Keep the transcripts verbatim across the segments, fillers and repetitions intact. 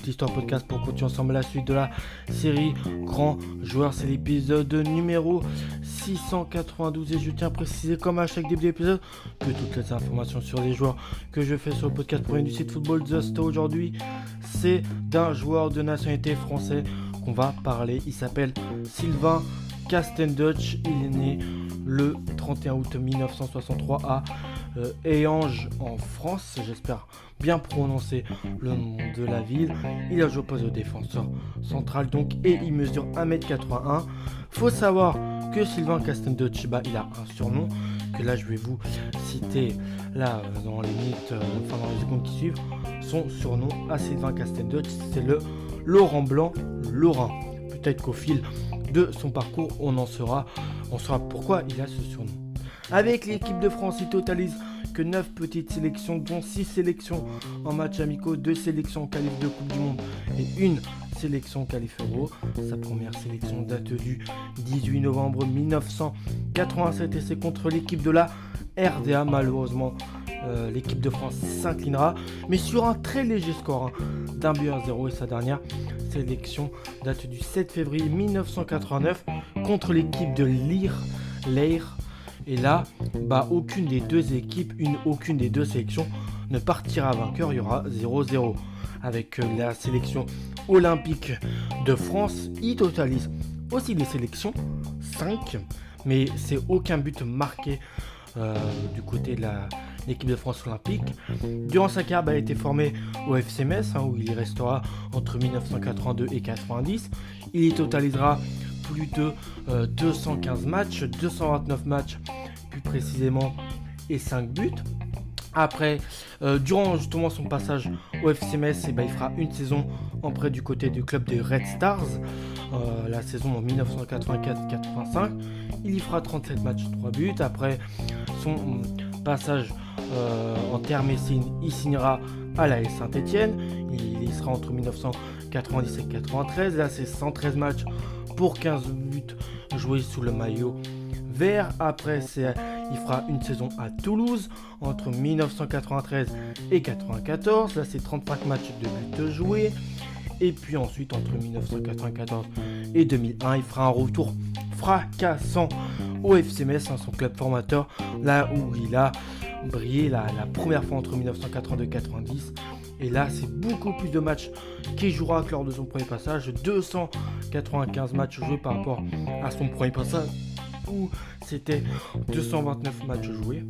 Foot Histoire Podcast pour continuer ensemble la suite de la série Grand Joueur. C'est l'épisode numéro six cent quatre-vingt-douze et je tiens à préciser comme à chaque début d'épisode que toutes les informations sur les joueurs que je fais sur le podcast pour du site Football The Sto aujourd'hui, c'est d'un joueur de nationalité français qu'on va parler. Il s'appelle Sylvain Castendutch. Il est né le trente et un août mille neuf cent soixante-trois à euh, Éange en France. J'espère bien prononcer le nom de la ville. Il a joué au poste de défenseur central donc et il mesure un mètre quatre-vingt-un. Faut savoir que Sylvain Castendutch, bah, il a un surnom que là je vais vous citer là dans les minutes, euh, enfin dans les secondes qui suivent. Son surnom à Sylvain Castendutch, c'est le Laurent Blanc Lorrain. Peut-être qu'au fil de son parcours, on en saura, on saura pourquoi il a ce surnom. Avec l'équipe de France, il totalise que neuf petites sélections, dont six sélections en matchs amicaux, deux sélections en qualif de Coupe du Monde et une sélection qualif Euro. Sa première sélection date du dix-huit novembre mille neuf cent quatre-vingt-sept et c'est contre l'équipe de la R D A. Malheureusement, euh, l'équipe de France s'inclinera, mais sur un très léger score hein, d'un but à zéro. Et sa dernière sélection date du sept février mille neuf cent quatre-vingt-neuf contre l'équipe de Leer. Leer. Et là, bah, aucune des deux équipes, une, aucune des deux sélections ne partira vainqueur. Il y aura zéro zéro. Avec euh, la sélection olympique de France, il totalise aussi des sélections, cinq, mais c'est aucun but marqué euh, du côté de la, l'équipe de France olympique. Durant sa carrière, bah, il a été formé au F C Metz, hein, où il y restera entre mille neuf cent quatre-vingt-deux et quatre-vingt-dix. Il y totalisera plus de euh, deux cent quinze matchs, deux cent vingt-neuf matchs plus précisément, et cinq buts. Après, euh, durant justement son passage au F C Metz, eh ben, il fera une saison en prêt du côté du club des Red Stars, euh, la saison en mille neuf cent quatre-vingt-quatre quatre-vingt-cinq. Il y fera trente-sept matchs, trois buts. Après son passage euh, en terre messine, il signera à l'A S Saint-Etienne. Il, il sera entre mille neuf cent quatre-vingt-dix et quatre-vingt-treize. Là, c'est cent treize matchs pour quinze buts joués sous le maillot vert. Après, c'est, il fera une saison à Toulouse entre mille neuf cent quatre-vingt-treize et quatre-vingt-quatorze. Là, c'est trente-cinq matchs de buts joués. Et puis ensuite, entre mille neuf cent quatre-vingt-quatorze et deux mille un, il fera un retour fracassant au F C Metz, hein, son club formateur, là où il a brillé la, la première fois entre mille neuf cent quatre-vingt-deux et quatre-vingt-dix. Et là, c'est beaucoup plus de matchs qu'il jouera que lors de son premier passage. deux cent quatre-vingt-quinze matchs joués par rapport à son premier passage, où c'était deux cent vingt-neuf matchs joués.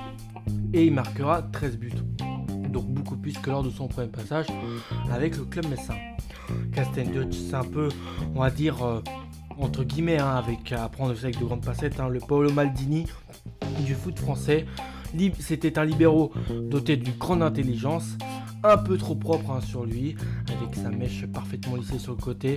Et il marquera treize buts. Donc beaucoup plus que lors de son premier passage avec le club messin. Castendutch, c'est un peu, on va dire, euh, entre guillemets, hein, avec, à prendre avec de grandes facettes, hein, le Paolo Maldini du foot français. Lib- C'était un libéro doté d'une grande intelligence, un peu trop propre hein, sur lui, avec sa mèche parfaitement lissée sur le côté,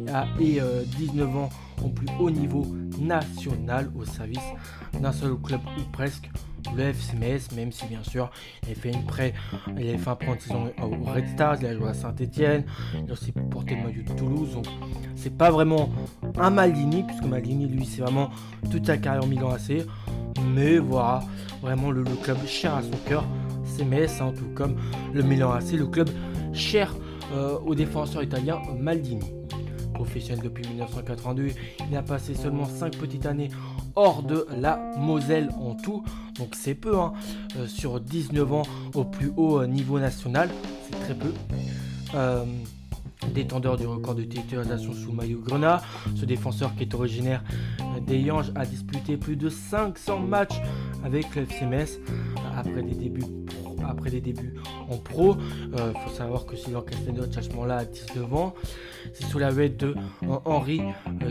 et euh, dix-neuf ans au plus haut niveau national au service d'un seul club ou presque, le F C Metz, même si bien sûr il avait fait une prêt, il avait fait un prêt en saison au Red Stars, il a joué à Saint-Etienne, il a aussi porté le maillot de Toulouse, donc c'est pas vraiment un Maldini, puisque Maldini lui c'est vraiment toute sa carrière en Milan A C, mais voilà, vraiment le, le club cher à son cœur, c'est Metz, hein, tout comme le Milan A C, le club cher euh, au défenseur italien Maldini. Professionnel depuis mille neuf cent quatre-vingt-deux, il a passé seulement cinq petites années hors de la Moselle en tout, donc c'est peu, hein, euh, sur dix-neuf ans au plus haut euh, niveau national, c'est très peu. Euh, détendeur du record de titularisation sous le maillot grenat, ce défenseur qui est originaire d'Éange a disputé plus de cinq cents matchs avec le F C Metz après des débuts pro, après des débuts en pro. Il euh, faut savoir que Sylvain Castendutch à ce moment-là a dix-neuf ans. C'est sous la huette de euh, Henri euh,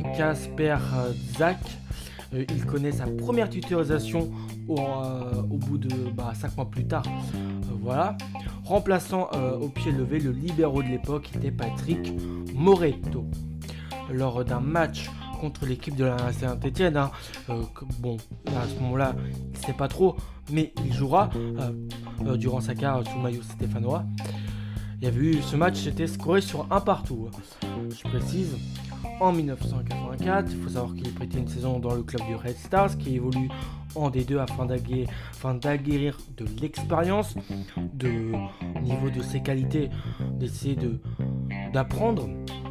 Kasperzak. Euh, il connaît sa première titularisation au, euh, au bout de bah, cinq mois plus tard. Euh, voilà. Remplaçant euh, au pied levé, le libéro de l'époque était Patrick Moretto. Lors d'un match contre l'équipe de la Saint-Etienne, hein, euh, bon, à ce moment-là, il ne sait pas trop, mais il jouera euh, euh, durant sa carrière sous maillot stéphanois. Il y avait eu ce match, c'était scoré sur un partout. Je précise, en mille neuf cent quatre-vingt-quatre, il faut savoir qu'il est prêté une saison dans le club du Red Stars qui évolue en D deux afin d'acquérir, afin d'acquérir de l'expérience, de au niveau de ses qualités, d'essayer de, d'apprendre.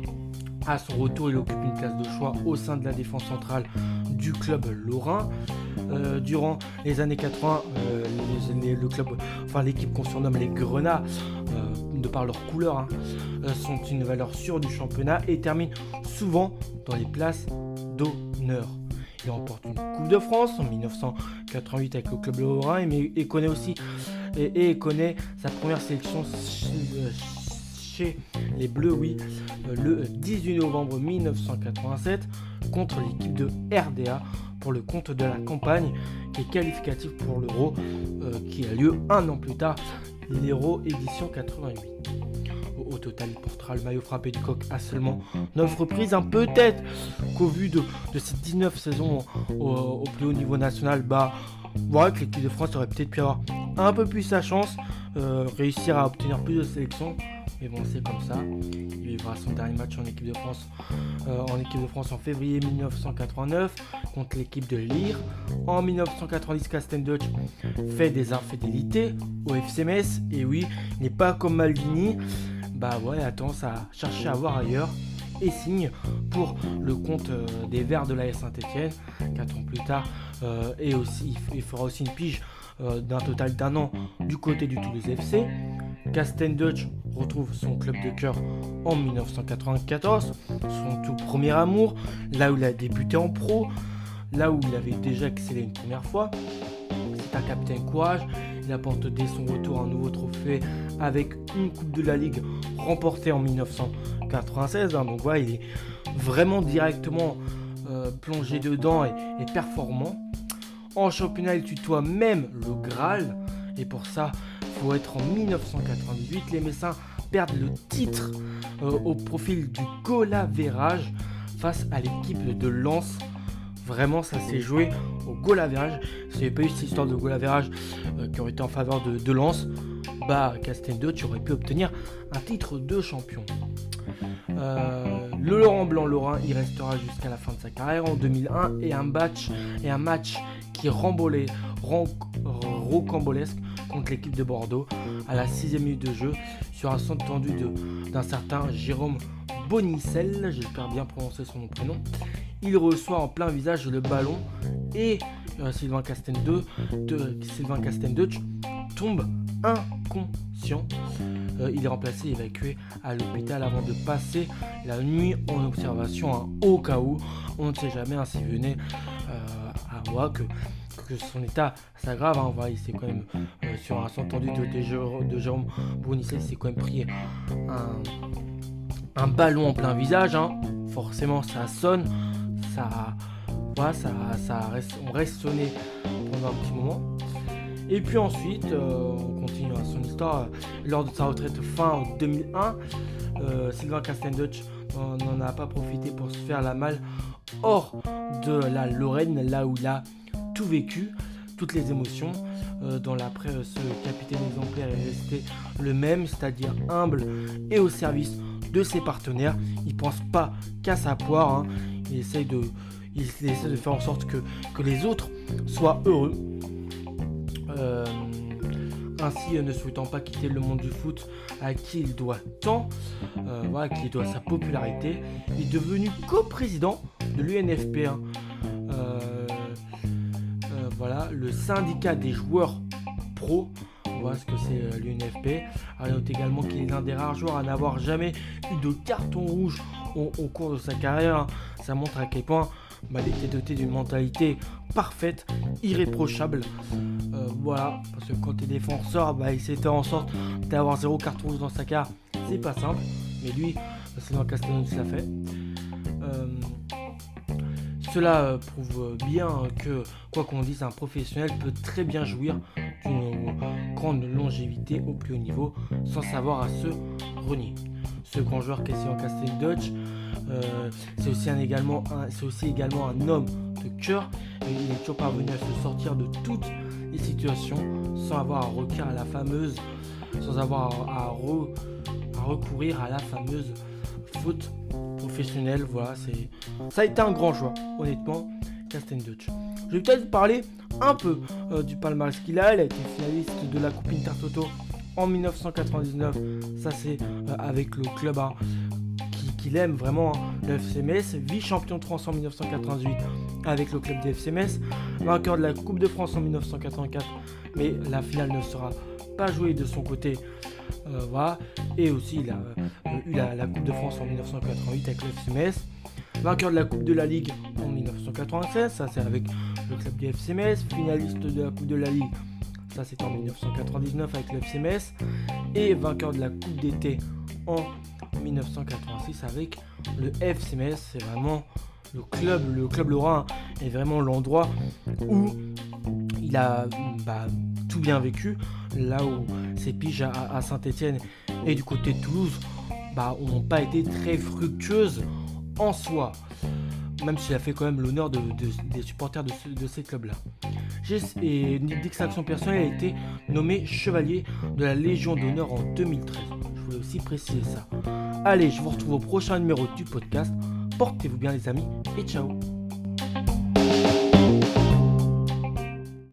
À son retour, il occupe une place de choix au sein de la défense centrale du club lorrain. Euh, durant les années quatre-vingts, euh, les, les, le club, enfin l'équipe qu'on surnomme les Grenats, euh, de par leur couleur, hein, euh, sont une valeur sûre du championnat et terminent souvent dans les places d'honneur. Il remporte une Coupe de France en dix-neuf cent quatre-vingt-huit avec le club lorrain et, et connaît aussi et, et connaît sa première sélection chez, chez les Bleus, oui, le dix-huit novembre mille neuf cent quatre-vingt-sept contre l'équipe de R D A pour le compte de la campagne qui est qualificatif pour l'Euro euh, qui a lieu un an plus tard, l'Euro édition quatre-vingt-huit. Au, au total, il portera le maillot frappé du coq à seulement neuf reprises. Hein, peut-être qu'au vu de, de ces dix-neuf saisons au, au plus haut niveau national, bah, voilà que l'équipe de France aurait peut-être pu avoir un peu plus sa chance, euh, réussir à obtenir plus de sélections. Mais bon, c'est comme ça. Il vivra son dernier match en équipe de France, euh, en équipe de France en février mille neuf cent quatre-vingt-neuf contre l'équipe de Lire. En mille neuf cent quatre-vingt-dix, Carsten Deutsch fait des infidélités au F C Metz. Et oui, il n'est pas comme Maldini. Bah ouais, il a tendance à chercher à voir ailleurs. Et signe pour le compte euh, des Verts de l'A S Saint-Etienne. quatre ans plus tard. Euh, et aussi, il fera aussi une pige euh, d'un total d'un an du côté du Toulouse F C. Carsten Deutsch retrouve son club de cœur en mille neuf cent quatre-vingt-quatorze, son tout premier amour, là où il a débuté en pro, là où il avait déjà excellé une première fois. C'est un capitaine courage, il apporte dès son retour un nouveau trophée avec une Coupe de la Ligue remportée en mille neuf cent quatre-vingt-seize. Hein, donc voilà, il est vraiment directement euh, plongé dedans et, et performant. En championnat, il tutoie même le Graal, et pour ça, il faut être en mille neuf cent quatre-vingt-dix-huit. Les Messins perdent le titre euh, au profil du goal average face à l'équipe de Lens. Vraiment, ça s'est joué au goal average. S'il n'y avait pas eu cette histoire de goal average euh, qui aurait été en faveur de, de Lens, bah, Carsten Deutsch aurait pu obtenir un titre de champion. Euh, le Laurent Blanc Lorrain, il restera jusqu'à la fin de sa carrière en deux mille un et un match, et un match qui est rembolé, ran, rocambolesque contre l'équipe de Bordeaux à la sixième minute de jeu sur un centre tendu de, d'un certain Jérôme Bonicel, j'espère bien prononcer son nom prénom. Il reçoit en plein visage le ballon et euh, Sylvain Carsten Deutsch tombe inconscient. Euh, il est remplacé et évacué à l'hôpital avant de passer la nuit en observation, hein, au cas où. On ne sait jamais, hein, s'il venait euh, à voir que, que son état s'aggrave. Hein. Voilà, il s'est quand même, euh, sur un centre tendu de, de, de Jérôme Bonicel, il s'est quand même pris un, un ballon en plein visage. Hein. Forcément, ça sonne. Ça, voilà, ça, ça reste, on reste sonné pendant un petit moment. Et puis ensuite, euh, on continue à son histoire. Euh, lors de sa retraite fin deux mille un, euh, Sylvain Carsten Deutsch n'en a pas profité pour se faire la malle hors de la Lorraine, là où il a tout vécu, toutes les émotions. Euh, dans l'après, euh, ce capitaine exemplaire est resté le même, c'est-à-dire humble et au service de ses partenaires. Il ne pense pas qu'à sa poire, hein. Il essaie de, il essaie de faire en sorte que, que les autres soient heureux. Euh, ainsi, ne souhaitant pas quitter le monde du foot à qui il doit tant, euh, voilà, à qui il doit sa popularité, il est devenu coprésident de l'U N F P. Hein. Euh, euh, voilà, le syndicat des joueurs pro. Voilà ce que c'est euh, l'U N F P. À noter également qu'il est l'un des rares joueurs à n'avoir jamais eu de carton rouge au, au cours de sa carrière. Ça montre à quel point bah, il était doté d'une mentalité parfaite, irréprochable. Euh, voilà, parce que quand tu es défenseur, bah, il s'est fait en sorte d'avoir zéro carton rouge dans sa carrière. C'est pas simple, mais lui, c'est dans Castellon qui l'a fait. Euh, cela euh, prouve bien que, quoi qu'on dise, un professionnel peut très bien jouir d'une grande longévité au plus haut niveau sans savoir à se renier. Ce grand joueur qu'est Carsten Deutsch, euh, c'est aussi, un, également un, c'est aussi également un homme de cœur. Et il est toujours parvenu à se sortir de toutes les situations sans avoir à recourir à la fameuse, sans avoir à, à, re, à recourir à la fameuse faute professionnelle. Voilà, c'est, ça a été un grand joueur, honnêtement, Carsten Deutsch. Je vais peut-être vous parler un peu euh, du palmarès qu'il a. Il a été finaliste de la Coupe Intertoto en mille neuf cent quatre-vingt-dix-neuf, ça c'est euh, avec le club hein, qu'il aime vraiment, hein, le F C Metz, vice-champion de France en mille neuf cent quatre-vingt-dix-huit avec le club des F C Metz, vainqueur de la Coupe de France en mille neuf cent quatre-vingt-quatre, mais la finale ne sera pas jouée de son côté. Euh, voilà. Et aussi il a euh, eu la, la Coupe de France en mille neuf cent quatre-vingt-huit avec le F C Metz, vainqueur de la Coupe de la Ligue en mille neuf cent quatre-vingt-seize, ça c'est avec le club du F C Metz, finaliste de la Coupe de la Ligue, ça c'est en mille neuf cent quatre-vingt-dix-neuf avec le F C Metz, et vainqueur de la Coupe d'été en mille neuf cent quatre-vingt-six avec le F C Metz. C'est vraiment le club, le club lorrain est vraiment l'endroit où il a bah, tout bien vécu, là où ses piges à, à Saint-Etienne et du côté de Toulouse bah, n'ont pas été très fructueuses en soi, même s'il a fait quand même l'honneur de, de, des supporters de, ce, de ces clubs-là. Et distinction personnelle a été nommé chevalier de la Légion d'honneur en deux mille treize. Je voulais aussi préciser ça. Allez, je vous retrouve au prochain numéro du podcast. Portez-vous bien les amis et ciao.